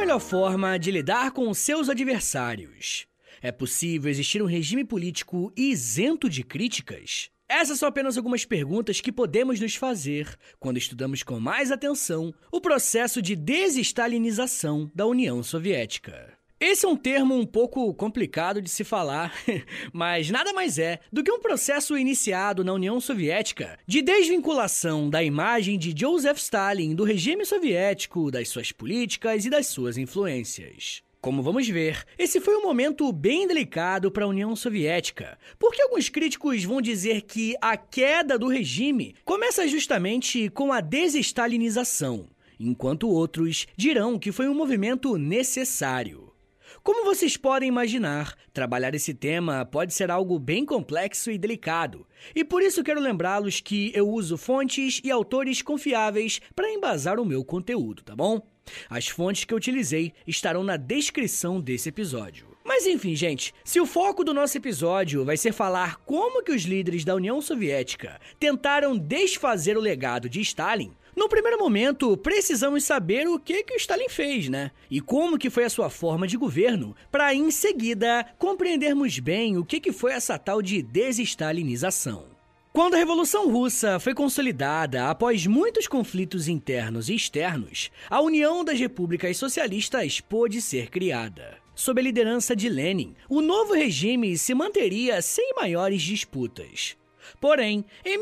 melhor forma de lidar com seus adversários? É possível existir um regime político isento de críticas? Essas são apenas algumas perguntas que podemos nos fazer quando estudamos com mais atenção o processo de desestalinização da União Soviética. Esse é um termo um pouco complicado de se falar, mas nada mais é do que um processo iniciado na União Soviética de desvinculação da imagem de Joseph Stalin do regime soviético, das suas políticas e das suas influências. Como vamos ver, esse foi um momento bem delicado para a União Soviética, porque alguns críticos vão dizer que a queda do regime começa justamente com a desestalinização, enquanto outros dirão que foi um movimento necessário. Como vocês podem imaginar, trabalhar esse tema pode ser algo bem complexo e delicado, e por isso quero lembrá-los que eu uso fontes e autores confiáveis para embasar o meu conteúdo, tá bom? As fontes que eu utilizei estarão na descrição desse episódio. Mas enfim, gente, se o foco do nosso episódio vai ser falar como que os líderes da União Soviética tentaram desfazer o legado de Stalin, no primeiro momento, precisamos saber o que o Stalin fez, né? E como que foi a sua forma de governo, para em seguida compreendermos bem o que foi essa tal de desestalinização. Quando a Revolução Russa foi consolidada após muitos conflitos internos e externos, a União das Repúblicas Socialistas pôde ser criada. Sob a liderança de Lenin, o novo regime se manteria sem maiores disputas. Porém, em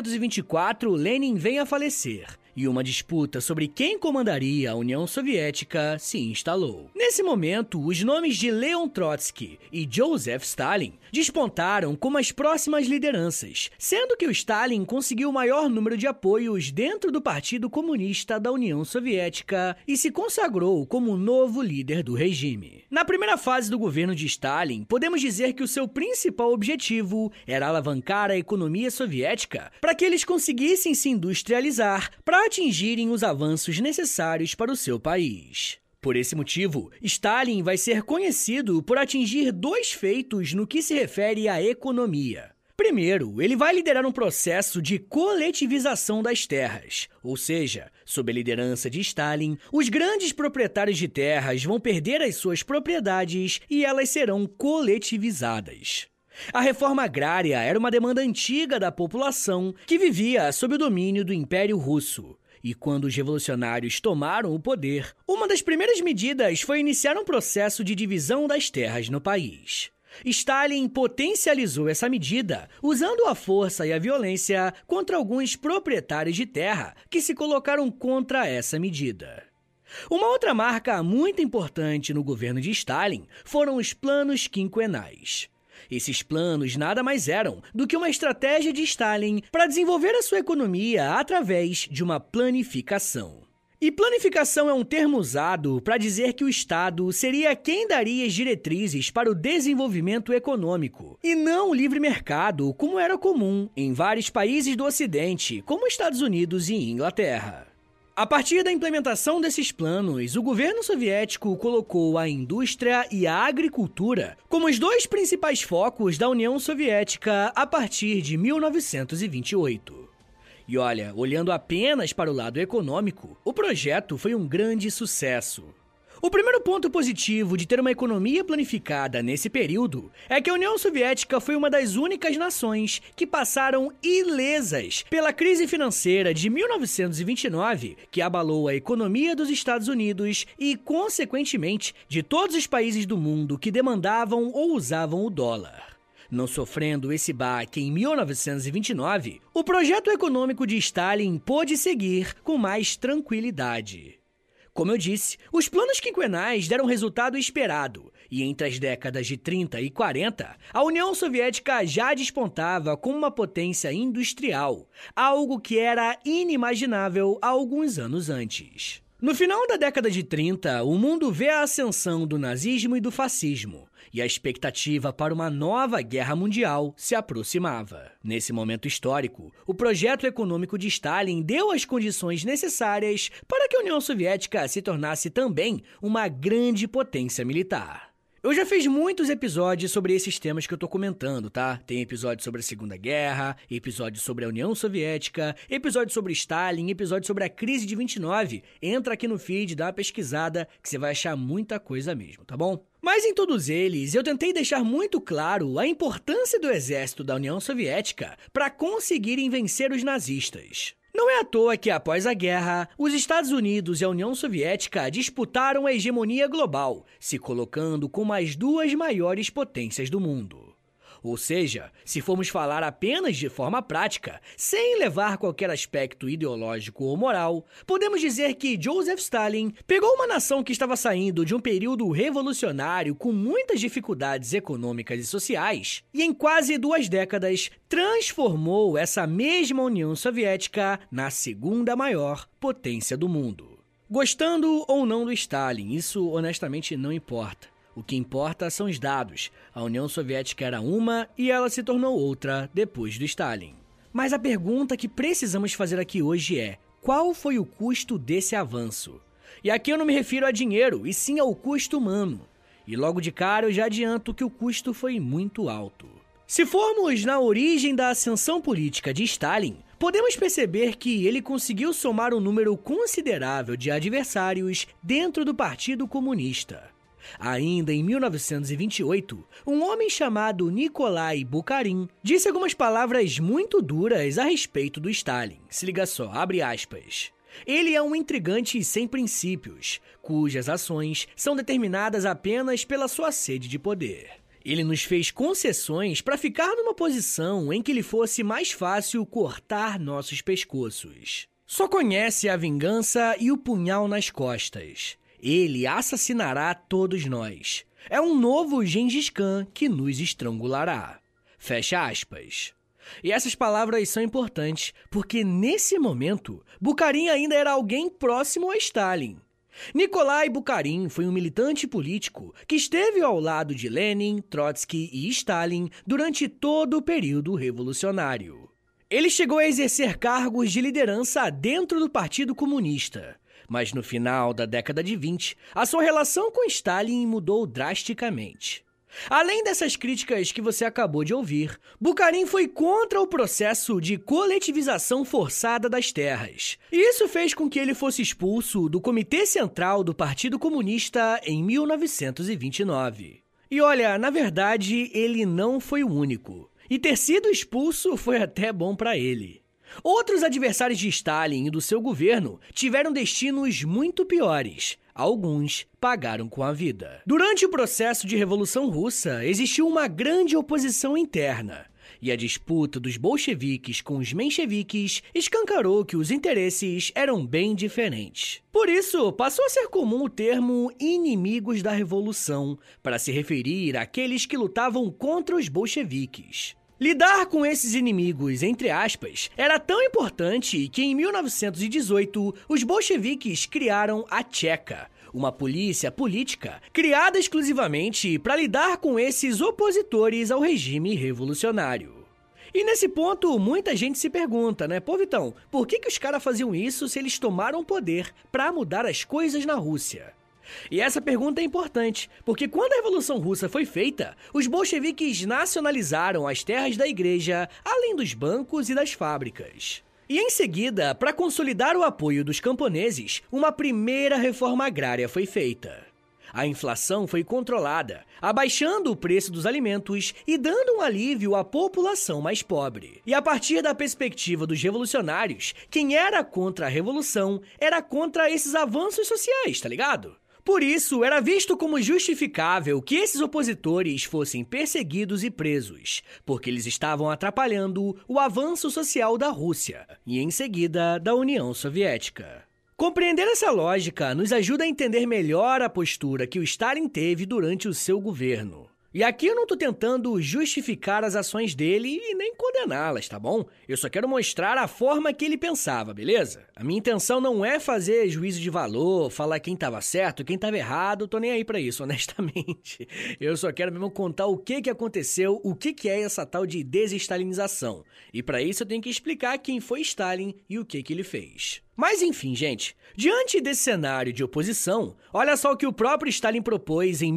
1924, Lenin vem a falecer, e uma disputa sobre quem comandaria a União Soviética se instalou. Nesse momento, os nomes de Leon Trotsky e Joseph Stalin despontaram como as próximas lideranças, sendo que o Stalin conseguiu o maior número de apoios dentro do Partido Comunista da União Soviética e se consagrou como o novo líder do regime. Na primeira fase do governo de Stalin, podemos dizer que o seu principal objetivo era alavancar a economia soviética para que eles conseguissem se industrializar para atingirem os avanços necessários para o seu país. Por esse motivo, Stalin vai ser conhecido por atingir dois feitos no que se refere à economia. Primeiro, ele vai liderar um processo de coletivização das terras, ou seja, sob a liderança de Stalin, os grandes proprietários de terras vão perder as suas propriedades e elas serão coletivizadas. A reforma agrária era uma demanda antiga da população que vivia sob o domínio do Império Russo. E quando os revolucionários tomaram o poder, uma das primeiras medidas foi iniciar um processo de divisão das terras no país. Stalin potencializou essa medida usando a força e a violência contra alguns proprietários de terra que se colocaram contra essa medida. Uma outra marca muito importante no governo de Stalin foram os planos quinquenais. Esses planos nada mais eram do que uma estratégia de Stalin para desenvolver a sua economia através de uma planificação. E planificação é um termo usado para dizer que o Estado seria quem daria as diretrizes para o desenvolvimento econômico, e não o livre mercado, como era comum em vários países do Ocidente, como Estados Unidos e Inglaterra. A partir da implementação desses planos, o governo soviético colocou a indústria e a agricultura como os dois principais focos da União Soviética a partir de 1928. E olha, olhando apenas para o lado econômico, o projeto foi um grande sucesso. O primeiro ponto positivo de ter uma economia planificada nesse período é que a União Soviética foi uma das únicas nações que passaram ilesas pela crise financeira de 1929, que abalou a economia dos Estados Unidos e, consequentemente, de todos os países do mundo que demandavam ou usavam o dólar. Não sofrendo esse baque em 1929, o projeto econômico de Stalin pôde seguir com mais tranquilidade. Como eu disse, os planos quinquenais deram o resultado esperado, e entre as décadas de 30 e 40, a União Soviética já despontava como uma potência industrial, algo que era inimaginável há alguns anos antes. No final da década de 30, o mundo vê a ascensão do nazismo e do fascismo, e a expectativa para uma nova guerra mundial se aproximava. Nesse momento histórico, o projeto econômico de Stalin deu as condições necessárias para que a União Soviética se tornasse também uma grande potência militar. Eu já fiz muitos episódios sobre esses temas que eu tô comentando, tá? Tem episódio sobre a Segunda Guerra, episódio sobre a União Soviética, episódio sobre Stalin, episódio sobre a crise de 29. Entra aqui no feed, dá uma pesquisada, que você vai achar muita coisa mesmo, tá bom? Mas em todos eles, eu tentei deixar muito claro a importância do exército da União Soviética para conseguirem vencer os nazistas. Não é à toa que, após a guerra, os Estados Unidos e a União Soviética disputaram a hegemonia global, se colocando como as duas maiores potências do mundo. Ou seja, se formos falar apenas de forma prática, sem levar qualquer aspecto ideológico ou moral, podemos dizer que Joseph Stalin pegou uma nação que estava saindo de um período revolucionário com muitas dificuldades econômicas e sociais, e em quase 2 décadas transformou essa mesma União Soviética na segunda maior potência do mundo. Gostando ou não do Stalin, isso honestamente não importa. O que importa são os dados. A União Soviética era uma e ela se tornou outra depois do Stalin. Mas a pergunta que precisamos fazer aqui hoje é: qual foi o custo desse avanço? E aqui eu não me refiro a dinheiro, e sim ao custo humano. E logo de cara eu já adianto que o custo foi muito alto. Se formos na origem da ascensão política de Stalin, podemos perceber que ele conseguiu somar um número considerável de adversários dentro do Partido Comunista. Ainda em 1928, um homem chamado Nikolai Bukharin disse algumas palavras muito duras a respeito do Stalin. Se liga só, abre aspas. Ele é um intrigante sem princípios, cujas ações são determinadas apenas pela sua sede de poder. Ele nos fez concessões para ficar numa posição em que lhe fosse mais fácil cortar nossos pescoços. Só conhece a vingança e o punhal nas costas. Ele assassinará todos nós. É um novo Gengis Khan que nos estrangulará. Fecha aspas. E essas palavras são importantes, porque nesse momento, Bukharin ainda era alguém próximo a Stalin. Nikolai Bukharin foi um militante político que esteve ao lado de Lenin, Trotsky e Stalin durante todo o período revolucionário. Ele chegou a exercer cargos de liderança dentro do Partido Comunista. Mas no final da década de 20, a sua relação com Stalin mudou drasticamente. Além dessas críticas que você acabou de ouvir, Bukharin foi contra o processo de coletivização forçada das terras. E isso fez com que ele fosse expulso do Comitê Central do Partido Comunista em 1929. E olha, na verdade, ele não foi o único. E ter sido expulso foi até bom para ele. Outros adversários de Stalin e do seu governo tiveram destinos muito piores. Alguns pagaram com a vida. Durante o processo de Revolução Russa, existiu uma grande oposição interna. E a disputa dos bolcheviques com os mencheviques escancarou que os interesses eram bem diferentes. Por isso, passou a ser comum o termo inimigos da Revolução, para se referir àqueles que lutavam contra os bolcheviques. Lidar com esses inimigos, entre aspas, era tão importante que em 1918 os bolcheviques criaram a Tcheca, uma polícia política criada exclusivamente para lidar com esses opositores ao regime revolucionário. E nesse ponto, muita gente se pergunta, né? Pô, Vitão, por que os caras faziam isso se eles tomaram o poder para mudar as coisas na Rússia? E essa pergunta é importante, porque quando a Revolução Russa foi feita, os bolcheviques nacionalizaram as terras da igreja, além dos bancos e das fábricas. E em seguida, para consolidar o apoio dos camponeses, uma primeira reforma agrária foi feita. A inflação foi controlada, abaixando o preço dos alimentos e dando um alívio à população mais pobre. E a partir da perspectiva dos revolucionários, quem era contra a revolução era contra esses avanços sociais, tá ligado? Por isso, era visto como justificável que esses opositores fossem perseguidos e presos, porque eles estavam atrapalhando o avanço social da Rússia e, em seguida, da União Soviética. Compreender essa lógica nos ajuda a entender melhor a postura que o Stalin teve durante o seu governo. E aqui eu não tô tentando justificar as ações dele e nem condená-las, tá bom? Eu só quero mostrar a forma que ele pensava, beleza? A minha intenção não é fazer juízo de valor, falar quem tava certo, quem tava errado, tô nem aí pra isso, honestamente. Eu só quero mesmo contar o que aconteceu, o que é essa tal de desestalinização. E pra isso eu tenho que explicar quem foi Stalin e o que ele fez. Mas enfim, gente, diante desse cenário de oposição, olha só o que o próprio Stalin propôs em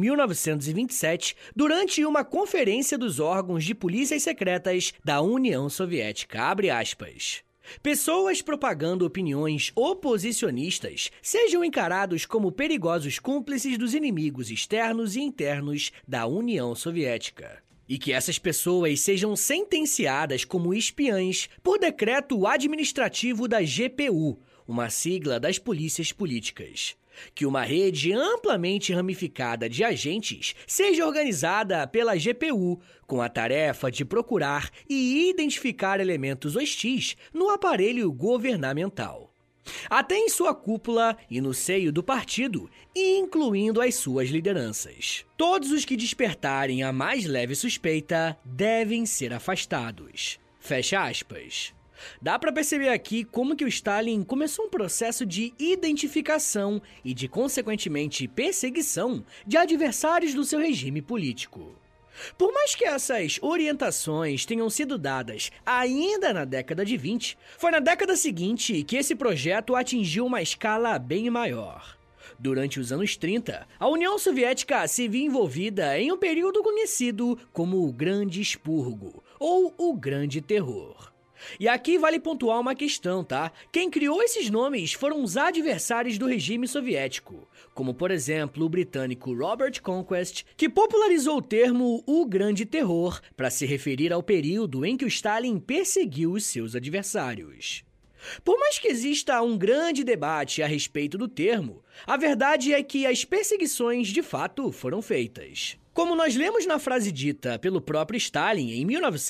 1927 durante uma conferência dos órgãos de polícias secretas da União Soviética, abre aspas. Pessoas propagando opiniões oposicionistas sejam encarados como perigosos cúmplices dos inimigos externos e internos da União Soviética. E que essas pessoas sejam sentenciadas como espiãs por decreto administrativo da GPU, uma sigla das polícias políticas. Que uma rede amplamente ramificada de agentes seja organizada pela GPU, com a tarefa de procurar e identificar elementos hostis no aparelho governamental. Até em sua cúpula e no seio do partido, incluindo as suas lideranças. Todos os que despertarem a mais leve suspeita devem ser afastados. Fecha aspas. Dá para perceber aqui como que o Stalin começou um processo de identificação e de, consequentemente, perseguição de adversários do seu regime político. Por mais que essas orientações tenham sido dadas ainda na década de 20, foi na década seguinte que esse projeto atingiu uma escala bem maior. Durante os anos 30, a União Soviética se viu envolvida em um período conhecido como o Grande Expurgo, ou o Grande Terror. E aqui vale pontuar uma questão, tá? Quem criou esses nomes foram os adversários do regime soviético, como por exemplo o britânico Robert Conquest, que popularizou o termo o Grande Terror para se referir ao período em que o Stalin perseguiu os seus adversários. Por mais que exista um grande debate a respeito do termo, a verdade é que as perseguições de fato foram feitas. Como nós lemos na frase dita pelo próprio Stalin em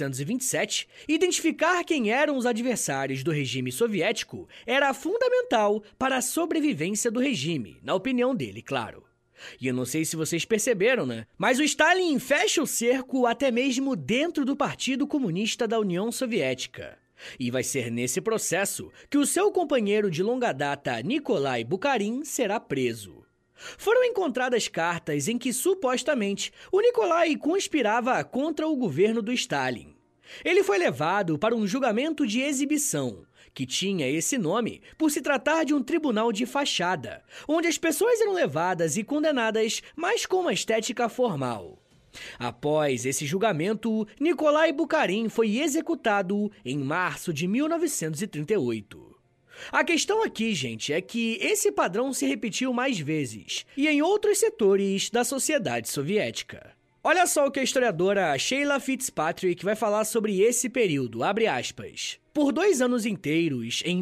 1927, identificar quem eram os adversários do regime soviético era fundamental para a sobrevivência do regime, na opinião dele, claro. E eu não sei se vocês perceberam, né? Mas o Stalin fecha o cerco até mesmo dentro do Partido Comunista da União Soviética. E vai ser nesse processo que o seu companheiro de longa data, Nikolai Bukharin, será preso. Foram encontradas cartas em que, supostamente, o Nikolai conspirava contra o governo do Stalin. Ele foi levado para um julgamento de exibição, que tinha esse nome por se tratar de um tribunal de fachada, onde as pessoas eram levadas e condenadas, mas com uma estética formal. Após esse julgamento, Nikolai Bukharin foi executado em março de 1938. A questão aqui, gente, é que esse padrão se repetiu mais vezes e em outros setores da sociedade soviética. Olha só o que a historiadora Sheila Fitzpatrick vai falar sobre esse período, abre aspas. Por 2 anos inteiros, em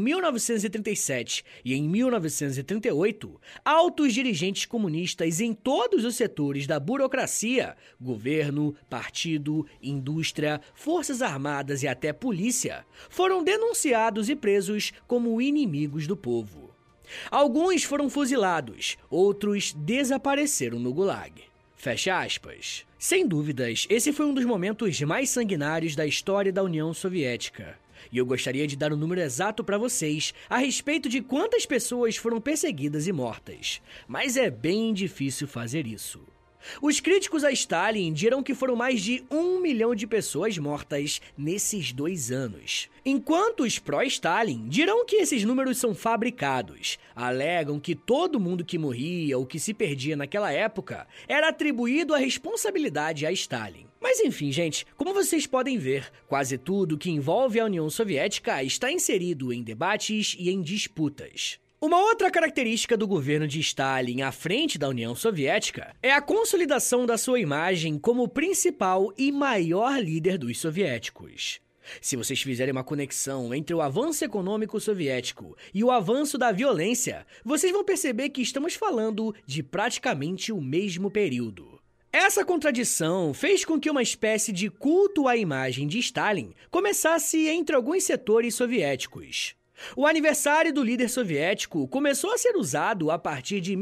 1937 e em 1938, altos dirigentes comunistas em todos os setores da burocracia, governo, partido, indústria, forças armadas e até polícia, foram denunciados e presos como inimigos do povo. Alguns foram fuzilados, outros desapareceram no Gulag. Fecha aspas. Sem dúvidas, esse foi um dos momentos mais sanguinários da história da União Soviética. E eu gostaria de dar o número exato para vocês a respeito de quantas pessoas foram perseguidas e mortas. Mas é bem difícil fazer isso. Os críticos a Stalin dirão que foram mais de 1 milhão de pessoas mortas nesses 2 anos. Enquanto os pró-Stalin dirão que esses números são fabricados, alegam que todo mundo que morria ou que se perdia naquela época era atribuído a responsabilidade a Stalin. Mas enfim, gente, como vocês podem ver, quase tudo que envolve a União Soviética está inserido em debates e em disputas. Uma outra característica do governo de Stalin à frente da União Soviética é a consolidação da sua imagem como principal e maior líder dos soviéticos. Se vocês fizerem uma conexão entre o avanço econômico soviético e o avanço da violência, vocês vão perceber que estamos falando de praticamente o mesmo período. Essa contradição fez com que uma espécie de culto à imagem de Stalin começasse entre alguns setores soviéticos. O aniversário do líder soviético começou a ser usado a partir de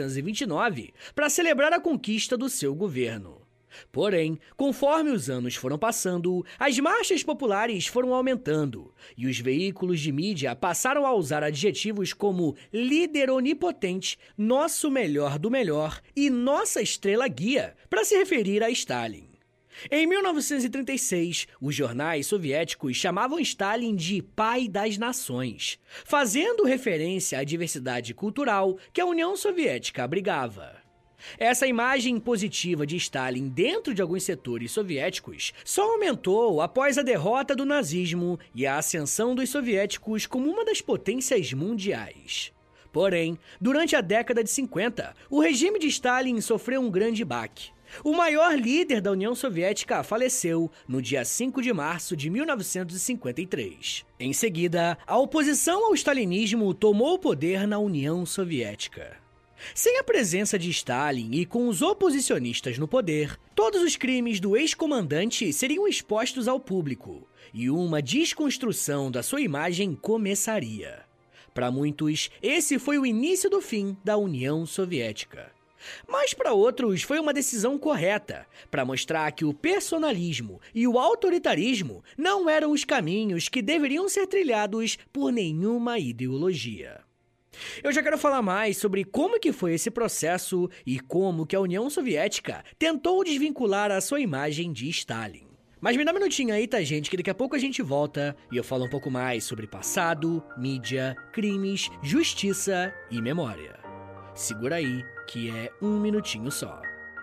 1929 para celebrar a conquista do seu governo. Porém, conforme os anos foram passando, as marchas populares foram aumentando e os veículos de mídia passaram a usar adjetivos como líder onipotente, nosso melhor do melhor e nossa estrela guia para se referir a Stalin. Em 1936, os jornais soviéticos chamavam Stalin de pai das nações, fazendo referência à diversidade cultural que a União Soviética abrigava. Essa imagem positiva de Stalin dentro de alguns setores soviéticos só aumentou após a derrota do nazismo e a ascensão dos soviéticos como uma das potências mundiais. Porém, durante a década de 50, o regime de Stalin sofreu um grande baque. O maior líder da União Soviética faleceu no dia 5 de março de 1953. Em seguida, a oposição ao stalinismo tomou o poder na União Soviética. Sem a presença de Stalin e com os oposicionistas no poder, todos os crimes do ex-comandante seriam expostos ao público e uma desconstrução da sua imagem começaria. Para muitos, esse foi o início do fim da União Soviética. Mas para outros foi uma decisão correta, para mostrar que o personalismo e o autoritarismo não eram os caminhos que deveriam ser trilhados por nenhuma ideologia. Eu já quero falar mais sobre como que foi esse processo e como que a União Soviética tentou desvincular a sua imagem de Stalin. Mas me dá um minutinho aí, tá, gente, que daqui a pouco a gente volta e eu falo um pouco mais sobre passado, mídia, crimes, justiça e memória. Segura aí, que é um minutinho só.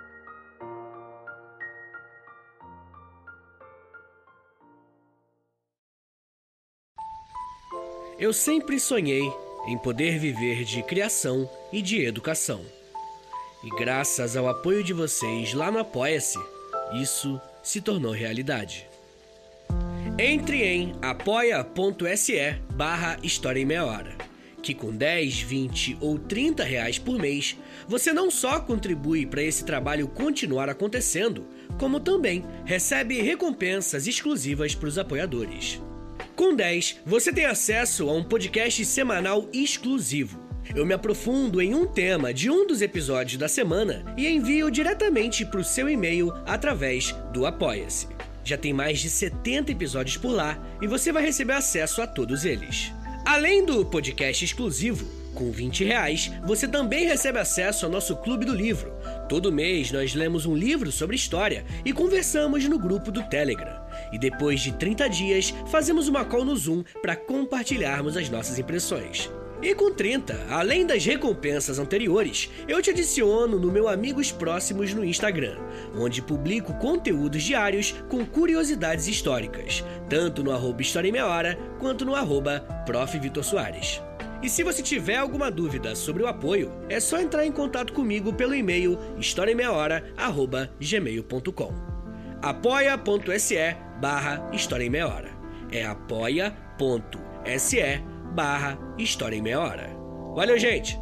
Eu sempre sonhei em poder viver de criação e de educação. E graças ao apoio de vocês lá no Apoia-se, isso se tornou realidade. Entre em apoia.se/História em Meia Hora, que com 10, 20 ou 30 reais por mês, você não só contribui para esse trabalho continuar acontecendo, como também recebe recompensas exclusivas para os apoiadores. Com 10, você tem acesso a um podcast semanal exclusivo. Eu me aprofundo em um tema de um dos episódios da semana e envio diretamente para o seu e-mail através do Apoia-se. Já tem mais de 70 episódios por lá e você vai receber acesso a todos eles. Além do podcast exclusivo, com 20 reais, você também recebe acesso ao nosso Clube do Livro. Todo mês nós lemos um livro sobre história e conversamos no grupo do Telegram. E depois de 30 dias, fazemos uma call no Zoom para compartilharmos as nossas impressões. E com 30, além das recompensas anteriores, eu te adiciono no meu Amigos Próximos no Instagram, onde publico conteúdos diários com curiosidades históricas, tanto no @História em Meia Hora, quanto no @Prof. Vitor Soares. E se você tiver alguma dúvida sobre o apoio, é só entrar em contato comigo pelo e-mail historiaemmeiahora@gmail.com. apoia.se/História em Meia Hora. É apoia.se/História em Meia Hora. Valeu, gente!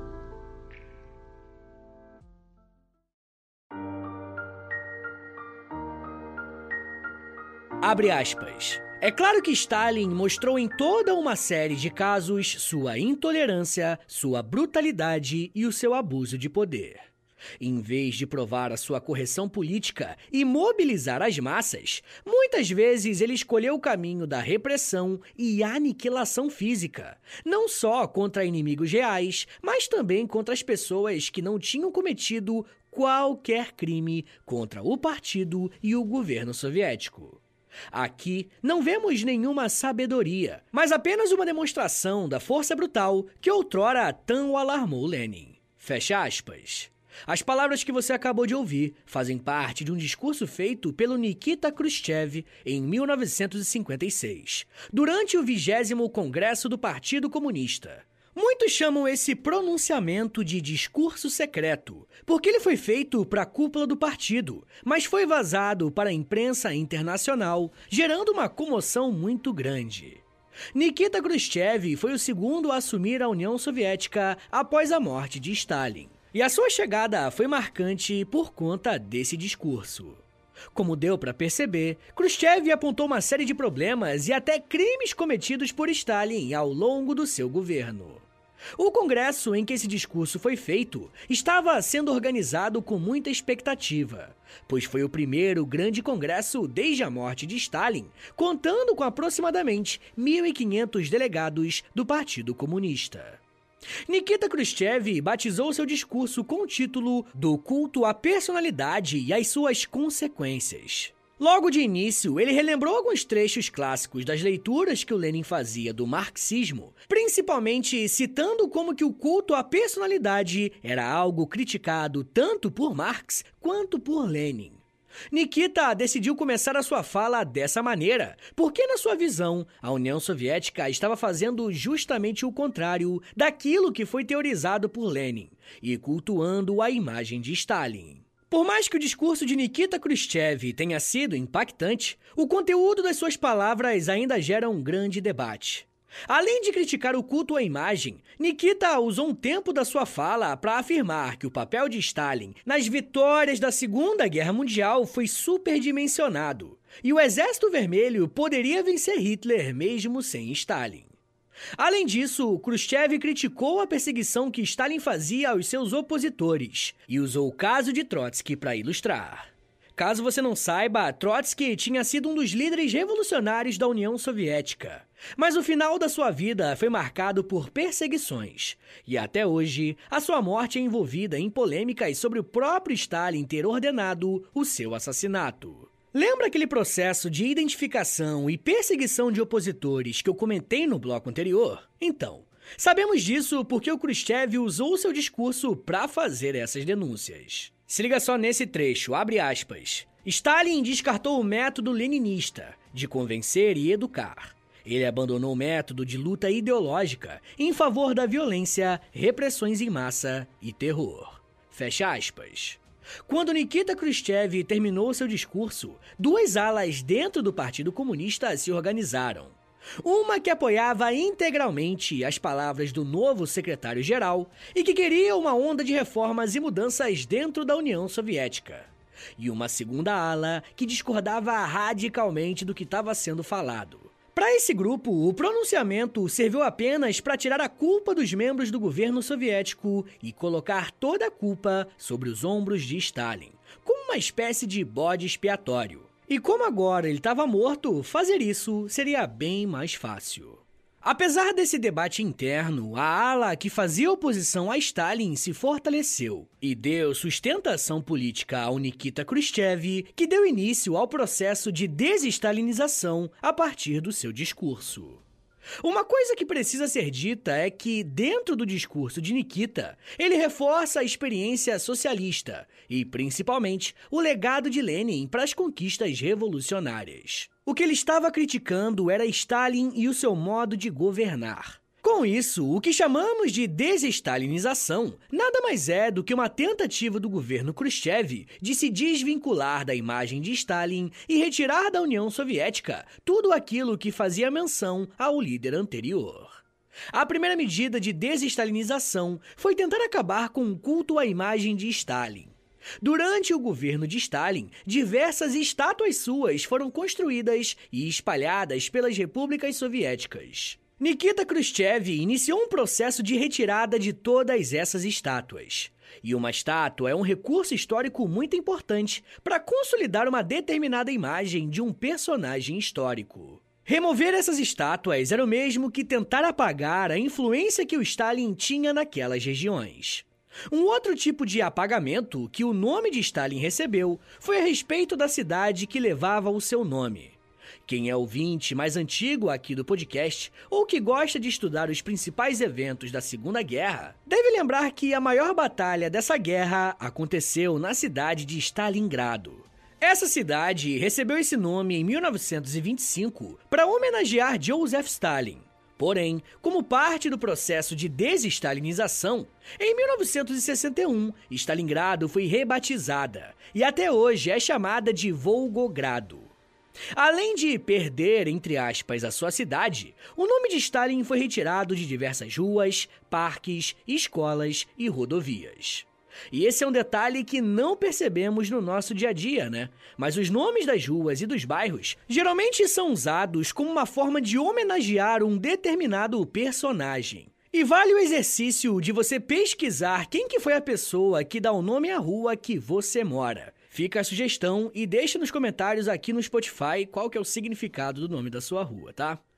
Abre aspas. É claro que Stalin mostrou em toda uma série de casos sua intolerância, sua brutalidade e o seu abuso de poder. Em vez de provar a sua correção política e mobilizar as massas, muitas vezes ele escolheu o caminho da repressão e aniquilação física, não só contra inimigos reais, mas também contra as pessoas que não tinham cometido qualquer crime contra o partido e o governo soviético. Aqui não vemos nenhuma sabedoria, mas apenas uma demonstração da força brutal que outrora tão alarmou Lenin. Fecha aspas. As palavras que você acabou de ouvir fazem parte de um discurso feito pelo Nikita Khrushchev em 1956, durante o 20º Congresso do Partido Comunista. Muitos chamam esse pronunciamento de discurso secreto, porque ele foi feito para a cúpula do partido, mas foi vazado para a imprensa internacional, gerando uma comoção muito grande. Nikita Khrushchev foi o segundo a assumir a União Soviética após a morte de Stalin. E a sua chegada foi marcante por conta desse discurso. Como deu para perceber, Khrushchev apontou uma série de problemas e até crimes cometidos por Stalin ao longo do seu governo. O congresso em que esse discurso foi feito estava sendo organizado com muita expectativa, pois foi o primeiro grande congresso desde a morte de Stalin, contando com aproximadamente 1.500 delegados do Partido Comunista. Nikita Khrushchev batizou seu discurso com o título do culto à personalidade e às suas consequências. Logo de início, ele relembrou alguns trechos clássicos das leituras que o Lenin fazia do marxismo, principalmente citando como que o culto à personalidade era algo criticado tanto por Marx quanto por Lenin. Nikita decidiu começar a sua fala dessa maneira, porque, na sua visão, a União Soviética estava fazendo justamente o contrário daquilo que foi teorizado por Lenin, e cultuando a imagem de Stalin. Por mais que o discurso de Nikita Khrushchev tenha sido impactante, o conteúdo das suas palavras ainda gera um grande debate. Além de criticar o culto à imagem, Nikita usou um tempo da sua fala para afirmar que o papel de Stalin nas vitórias da Segunda Guerra Mundial foi superdimensionado, e o Exército Vermelho poderia vencer Hitler mesmo sem Stalin. Além disso, Khrushchev criticou a perseguição que Stalin fazia aos seus opositores e usou o caso de Trotsky para ilustrar. Caso você não saiba, Trotsky tinha sido um dos líderes revolucionários da União Soviética, mas o final da sua vida foi marcado por perseguições, e até hoje a sua morte é envolvida em polêmicas sobre o próprio Stalin ter ordenado o seu assassinato. Lembra aquele processo de identificação e perseguição de opositores que eu comentei no bloco anterior? Então, sabemos disso porque o Khrushchev usou seu discurso para fazer essas denúncias. Se liga só nesse trecho, abre aspas. Stalin descartou o método leninista de convencer e educar. Ele abandonou o método de luta ideológica em favor da violência, repressões em massa e terror. Fecha aspas. Quando Nikita Khrushchev terminou seu discurso, duas alas dentro do Partido Comunista se organizaram. Uma que apoiava integralmente as palavras do novo secretário-geral e que queria uma onda de reformas e mudanças dentro da União Soviética. E uma segunda ala que discordava radicalmente do que estava sendo falado. Para esse grupo, o pronunciamento serviu apenas para tirar a culpa dos membros do governo soviético e colocar toda a culpa sobre os ombros de Stalin, como uma espécie de bode expiatório. E como agora ele estava morto, fazer isso seria bem mais fácil. Apesar desse debate interno, a ala que fazia oposição a Stalin se fortaleceu e deu sustentação política ao Nikita Khrushchev, que deu início ao processo de desestalinização a partir do seu discurso. Uma coisa que precisa ser dita é que, dentro do discurso de Nikita, ele reforça a experiência socialista e, principalmente, o legado de Lenin para as conquistas revolucionárias. O que ele estava criticando era Stalin e o seu modo de governar. Com isso, o que chamamos de desestalinização nada mais é do que uma tentativa do governo Khrushchev de se desvincular da imagem de Stalin e retirar da União Soviética tudo aquilo que fazia menção ao líder anterior. A primeira medida de desestalinização foi tentar acabar com o culto à imagem de Stalin. Durante o governo de Stalin, diversas estátuas suas foram construídas e espalhadas pelas repúblicas soviéticas. Nikita Khrushchev iniciou um processo de retirada de todas essas estátuas. E uma estátua é um recurso histórico muito importante para consolidar uma determinada imagem de um personagem histórico. Remover essas estátuas era o mesmo que tentar apagar a influência que o Stalin tinha naquelas regiões. Um outro tipo de apagamento que o nome de Stalin recebeu foi a respeito da cidade que levava o seu nome. Quem é ouvinte mais antigo aqui do podcast ou que gosta de estudar os principais eventos da Segunda Guerra, deve lembrar que a maior batalha dessa guerra aconteceu na cidade de Stalingrado. Essa cidade recebeu esse nome em 1925 para homenagear Joseph Stalin. Porém, como parte do processo de desestalinização, em 1961, Stalingrado foi rebatizada e até hoje é chamada de Volgogrado. Além de perder, entre aspas, a sua cidade, o nome de Stalin foi retirado de diversas ruas, parques, escolas e rodovias. E esse é um detalhe que não percebemos no nosso dia a dia, né? Mas os nomes das ruas e dos bairros geralmente são usados como uma forma de homenagear um determinado personagem. E vale o exercício de você pesquisar quem que foi a pessoa que dá o nome à rua que você mora. Fica a sugestão e deixa nos comentários aqui no Spotify qual que é o significado do nome da sua rua, tá?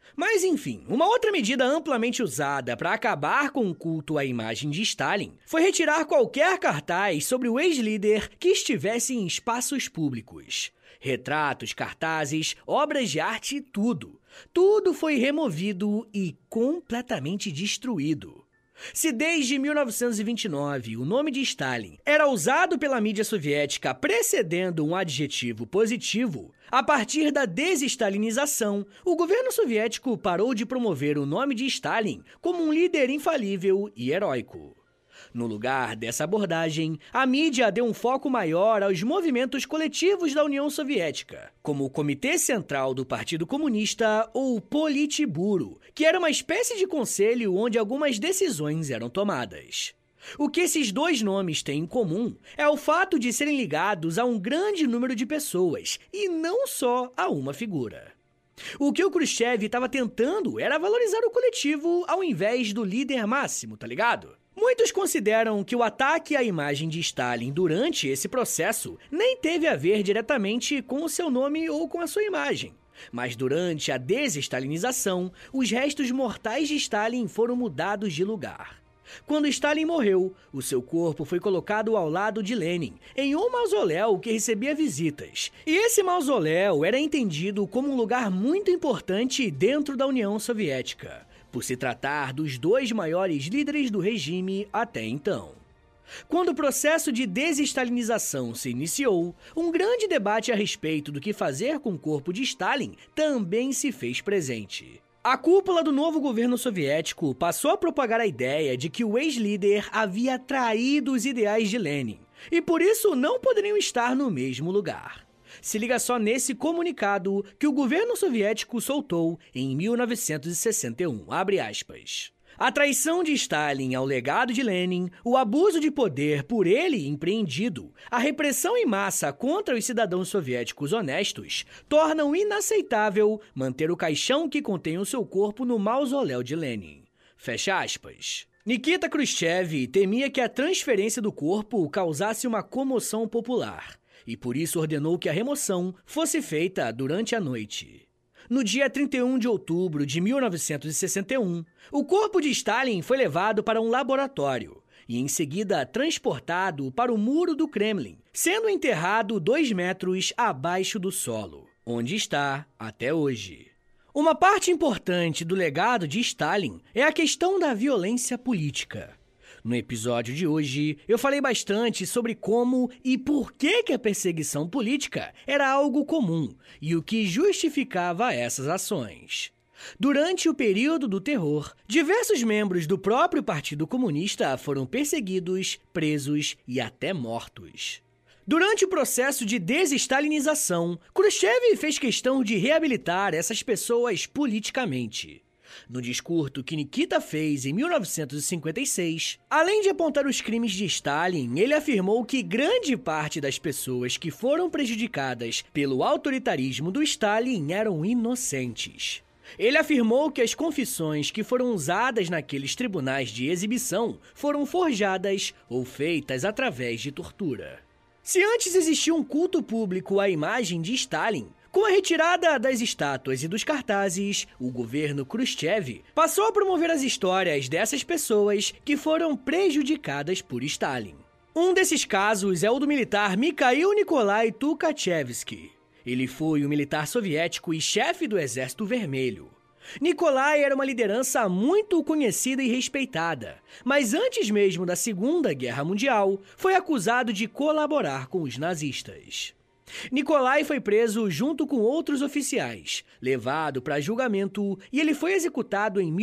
Mas enfim, uma outra medida amplamente usada para acabar com o culto à imagem de Stalin foi retirar qualquer cartaz sobre o ex-líder que estivesse em espaços públicos. Retratos, cartazes, obras de arte, tudo. Tudo foi removido e completamente destruído. Se desde 1929 o nome de Stalin era usado pela mídia soviética precedendo um adjetivo positivo, a partir da desestalinização, o governo soviético parou de promover o nome de Stalin como um líder infalível e heróico. No lugar dessa abordagem, a mídia deu um foco maior aos movimentos coletivos da União Soviética, como o Comitê Central do Partido Comunista ou o Politburo, que era uma espécie de conselho onde algumas decisões eram tomadas. O que esses dois nomes têm em comum é o fato de serem ligados a um grande número de pessoas, e não só a uma figura. O que o Khrushchev estava tentando era valorizar o coletivo ao invés do líder máximo, tá ligado? Muitos consideram que o ataque à imagem de Stalin durante esse processo nem teve a ver diretamente com o seu nome ou com a sua imagem. Mas durante a desestalinização, os restos mortais de Stalin foram mudados de lugar. Quando Stalin morreu, o seu corpo foi colocado ao lado de Lenin, em um mausoléu que recebia visitas. E esse mausoléu era entendido como um lugar muito importante dentro da União Soviética, por se tratar dos dois maiores líderes do regime até então. Quando o processo de desestalinização se iniciou, um grande debate a respeito do que fazer com o corpo de Stalin também se fez presente. A cúpula do novo governo soviético passou a propagar a ideia de que o ex-líder havia traído os ideais de Lenin, e por isso não poderiam estar no mesmo lugar. Se liga só nesse comunicado que o governo soviético soltou em 1961, abre aspas. A traição de Stalin ao legado de Lenin, o abuso de poder por ele empreendido, a repressão em massa contra os cidadãos soviéticos honestos, tornam inaceitável manter o caixão que contém o seu corpo no mausoléu de Lenin. Fecha aspas. Nikita Khrushchev temia que a transferência do corpo causasse uma comoção popular, e por isso ordenou que a remoção fosse feita durante a noite. No dia 31 de outubro de 1961, o corpo de Stalin foi levado para um laboratório e em seguida transportado para o muro do Kremlin, sendo enterrado 2 metros abaixo do solo, onde está até hoje. Uma parte importante do legado de Stalin é a questão da violência política. No episódio de hoje, eu falei bastante sobre como e por que a perseguição política era algo comum e o que justificava essas ações. Durante o período do terror, diversos membros do próprio Partido Comunista foram perseguidos, presos e até mortos. Durante o processo de desestalinização, Khrushchev fez questão de reabilitar essas pessoas politicamente. No discurso que Nikita fez em 1956, além de apontar os crimes de Stalin, ele afirmou que grande parte das pessoas que foram prejudicadas pelo autoritarismo do Stalin eram inocentes. Ele afirmou que as confissões que foram usadas naqueles tribunais de exibição foram forjadas ou feitas através de tortura. Se antes existia um culto público à imagem de Stalin, com a retirada das estátuas e dos cartazes, o governo Khrushchev passou a promover as histórias dessas pessoas que foram prejudicadas por Stalin. Um desses casos é o do militar Mikhail Nikolai Tukhachevsky. Ele foi um militar soviético e chefe do Exército Vermelho. Nikolai era uma liderança muito conhecida e respeitada, mas antes mesmo da Segunda Guerra Mundial, foi acusado de colaborar com os nazistas. Nikolai foi preso junto com outros oficiais, levado para julgamento e ele foi executado em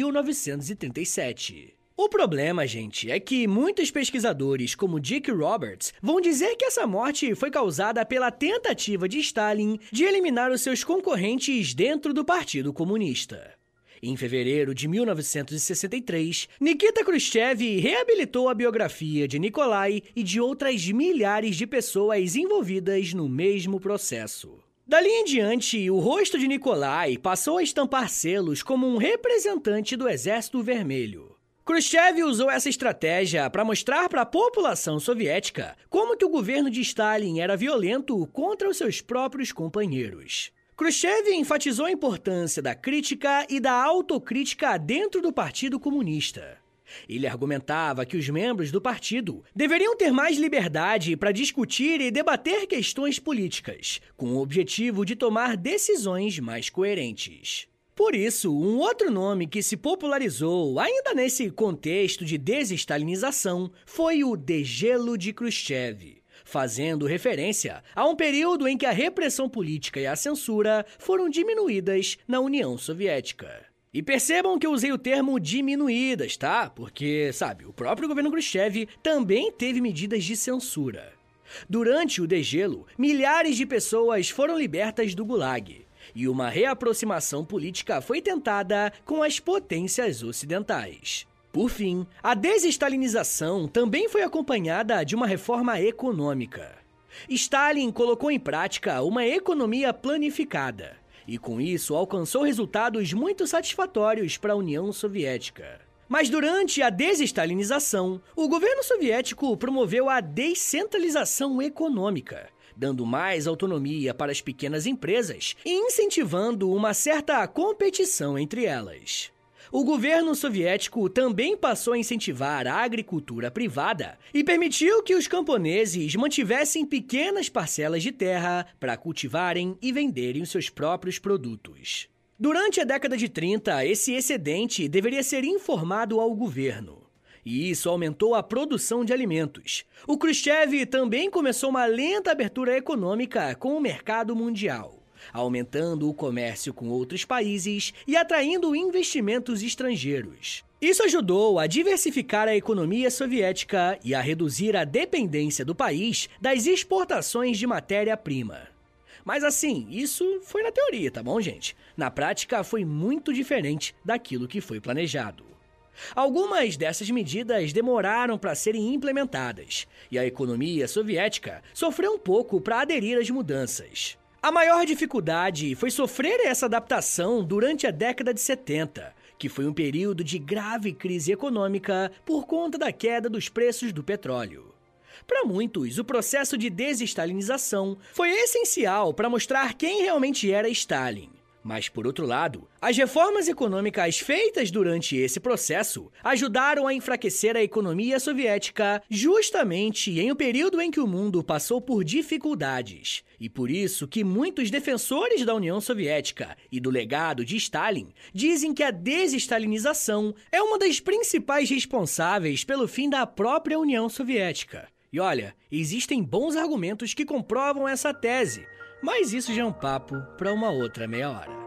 1937. O problema, gente, é que muitos pesquisadores, como Dick Roberts, vão dizer que essa morte foi causada pela tentativa de Stalin de eliminar os seus concorrentes dentro do Partido Comunista. Em fevereiro de 1963, Nikita Khrushchev reabilitou a biografia de Nikolai e de outras milhares de pessoas envolvidas no mesmo processo. Dali em diante, o rosto de Nikolai passou a estampar selos como um representante do Exército Vermelho. Khrushchev usou essa estratégia para mostrar para a população soviética como que o governo de Stalin era violento contra os seus próprios companheiros. Khrushchev enfatizou a importância da crítica e da autocrítica dentro do Partido Comunista. Ele argumentava que os membros do partido deveriam ter mais liberdade para discutir e debater questões políticas, com o objetivo de tomar decisões mais coerentes. Por isso, um outro nome que se popularizou ainda nesse contexto de desestalinização foi o degelo de Khrushchev, fazendo referência a um período em que a repressão política e a censura foram diminuídas na União Soviética. E percebam que eu usei o termo diminuídas, tá? Porque, o próprio governo Khrushchev também teve medidas de censura. Durante o degelo, milhares de pessoas foram libertas do Gulag, e uma reaproximação política foi tentada com as potências ocidentais. Por fim, a desestalinização também foi acompanhada de uma reforma econômica. Stalin colocou em prática uma economia planificada, e com isso alcançou resultados muito satisfatórios para a União Soviética. Mas durante a desestalinização, o governo soviético promoveu a descentralização econômica, dando mais autonomia para as pequenas empresas e incentivando uma certa competição entre elas. O governo soviético também passou a incentivar a agricultura privada e permitiu que os camponeses mantivessem pequenas parcelas de terra para cultivarem e venderem os seus próprios produtos. Durante a década de 30, esse excedente deveria ser informado ao governo, e isso aumentou a produção de alimentos. O Khrushchev também começou uma lenta abertura econômica com o mercado mundial, aumentando o comércio com outros países e atraindo investimentos estrangeiros. Isso ajudou a diversificar a economia soviética e a reduzir a dependência do país das exportações de matéria-prima. Mas assim, isso foi na teoria, tá bom, gente? Na prática, foi muito diferente daquilo que foi planejado. Algumas dessas medidas demoraram para serem implementadas, e a economia soviética sofreu um pouco para aderir às mudanças. A maior dificuldade foi sofrer essa adaptação durante a década de 70, que foi um período de grave crise econômica por conta da queda dos preços do petróleo. Para muitos, o processo de desestalinização foi essencial para mostrar quem realmente era Stalin. Mas, por outro lado, as reformas econômicas feitas durante esse processo ajudaram a enfraquecer a economia soviética justamente em um período em que o mundo passou por dificuldades. E por isso que muitos defensores da União Soviética e do legado de Stalin dizem que a desestalinização é uma das principais responsáveis pelo fim da própria União Soviética. E olha, existem bons argumentos que comprovam essa tese, mas isso já é um papo para uma outra meia hora.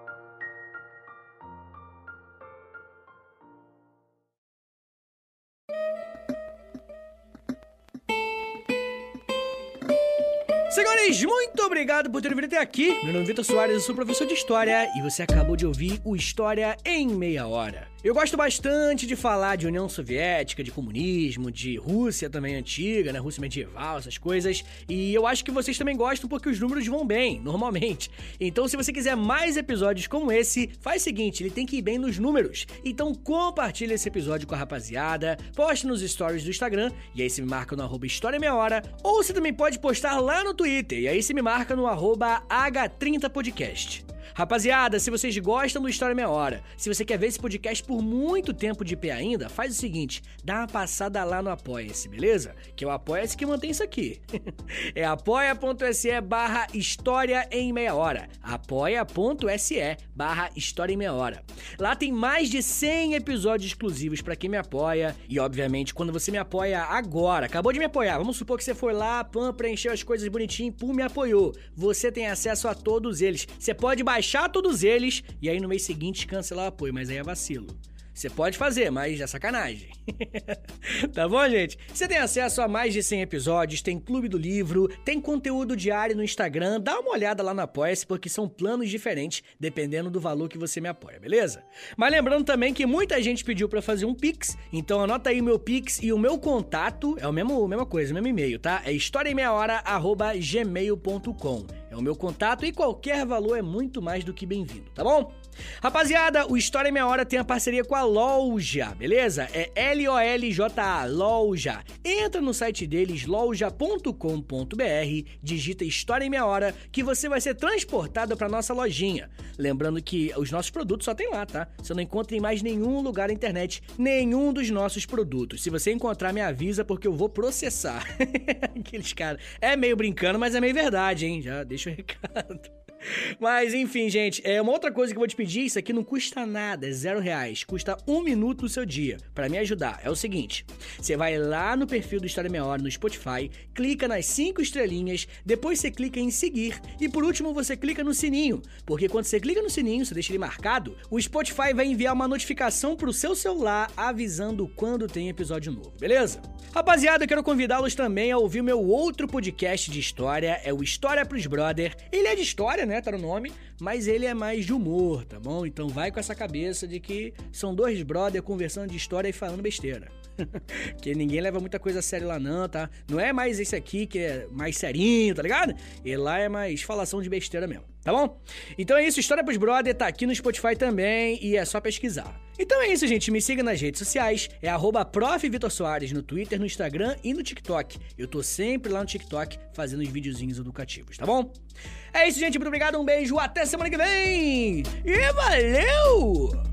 Senhores, muito obrigado por terem vindo até aqui. Meu nome é Vitor Soares, eu sou professor de História e você acabou de ouvir o História em Meia Hora. Eu gosto bastante de falar de União Soviética, de comunismo, de Rússia também antiga, né? Rússia medieval, essas coisas. E eu acho que vocês também gostam porque os números vão bem, normalmente. Então, se você quiser mais episódios como esse, faz o seguinte, ele tem que ir bem nos números. Então, compartilha esse episódio com a rapaziada, poste nos stories do Instagram, e aí você me marca no @História Meia Hora, ou você também pode postar lá no Twitter, e aí você me marca no @H30podcast. Rapaziada, se vocês gostam do História Meia Hora, se você quer ver esse podcast por muito tempo de pé ainda, faz o seguinte, dá uma passada lá no Apoia-se, beleza? Que é o Apoia-se que mantém isso aqui. É apoia.se/História em Meia Hora. apoia.se/História em Meia Hora. Lá tem mais de 100 episódios exclusivos pra quem me apoia. E, obviamente, quando você me apoia agora, acabou de me apoiar, vamos supor que você foi lá, preencheu as coisas bonitinho, me apoiou. Você tem acesso a todos eles. Você pode baixar todos eles e aí no mês seguinte cancelar o apoio, mas aí é vacilo. Você pode fazer, mas é sacanagem. Tá bom, gente? Você tem acesso a mais de 100 episódios, tem Clube do Livro, tem conteúdo diário no Instagram, dá uma olhada lá no Apoia-se, porque são planos diferentes, dependendo do valor que você me apoia, beleza? Mas lembrando também que muita gente pediu pra fazer um Pix, então anota aí o meu Pix e o meu contato, é a mesma coisa, o mesmo e-mail, tá? É historiaemmeiahora@gmail.com. É o meu contato e qualquer valor é muito mais do que bem-vindo, tá bom? Rapaziada, o História em Meia Hora tem a parceria com a Loja, beleza? É L-O-L-J-A, Loja. Entra no site deles, loja.com.br, digita História em Meia Hora, que você vai ser transportado pra nossa lojinha. Lembrando que os nossos produtos só tem lá, tá? Você não encontra em mais nenhum lugar na internet, nenhum dos nossos produtos. Se você encontrar, me avisa, porque eu vou processar. Aqueles caras. É meio brincando, mas é meio verdade, hein? Já deixa o recado. Mas enfim, gente, uma outra coisa que eu vou te pedir, isso aqui não custa nada, é R$0, custa 1 minuto do seu dia, pra me ajudar. É o seguinte, você vai lá no perfil do História em Meia Hora no Spotify, clica nas 5 estrelinhas, depois você clica em seguir e por último você clica no sininho, porque quando você clica no sininho, você deixa ele marcado, o Spotify vai enviar uma notificação pro seu celular avisando quando tem episódio novo, beleza? Rapaziada, eu quero convidá-los também a ouvir o meu outro podcast de história, é o História pros Brother. Ele é de história, né, tá no nome, mas ele é mais de humor, tá bom? Então vai com essa cabeça de que são dois brother conversando de história e falando besteira. Porque ninguém leva muita coisa a sério lá não, tá? Não é mais esse aqui que é mais serinho, tá ligado? E lá é mais falação de besteira mesmo, tá bom? Então é isso, História pros Brother tá aqui no Spotify também e é só pesquisar. Então é isso, gente, me siga nas redes sociais, é @ProfVitorSoares no Twitter, no Instagram e no TikTok. Eu tô sempre lá no TikTok fazendo os videozinhos educativos, tá bom? É isso, gente, muito obrigado, um beijo, até semana que vem e valeu!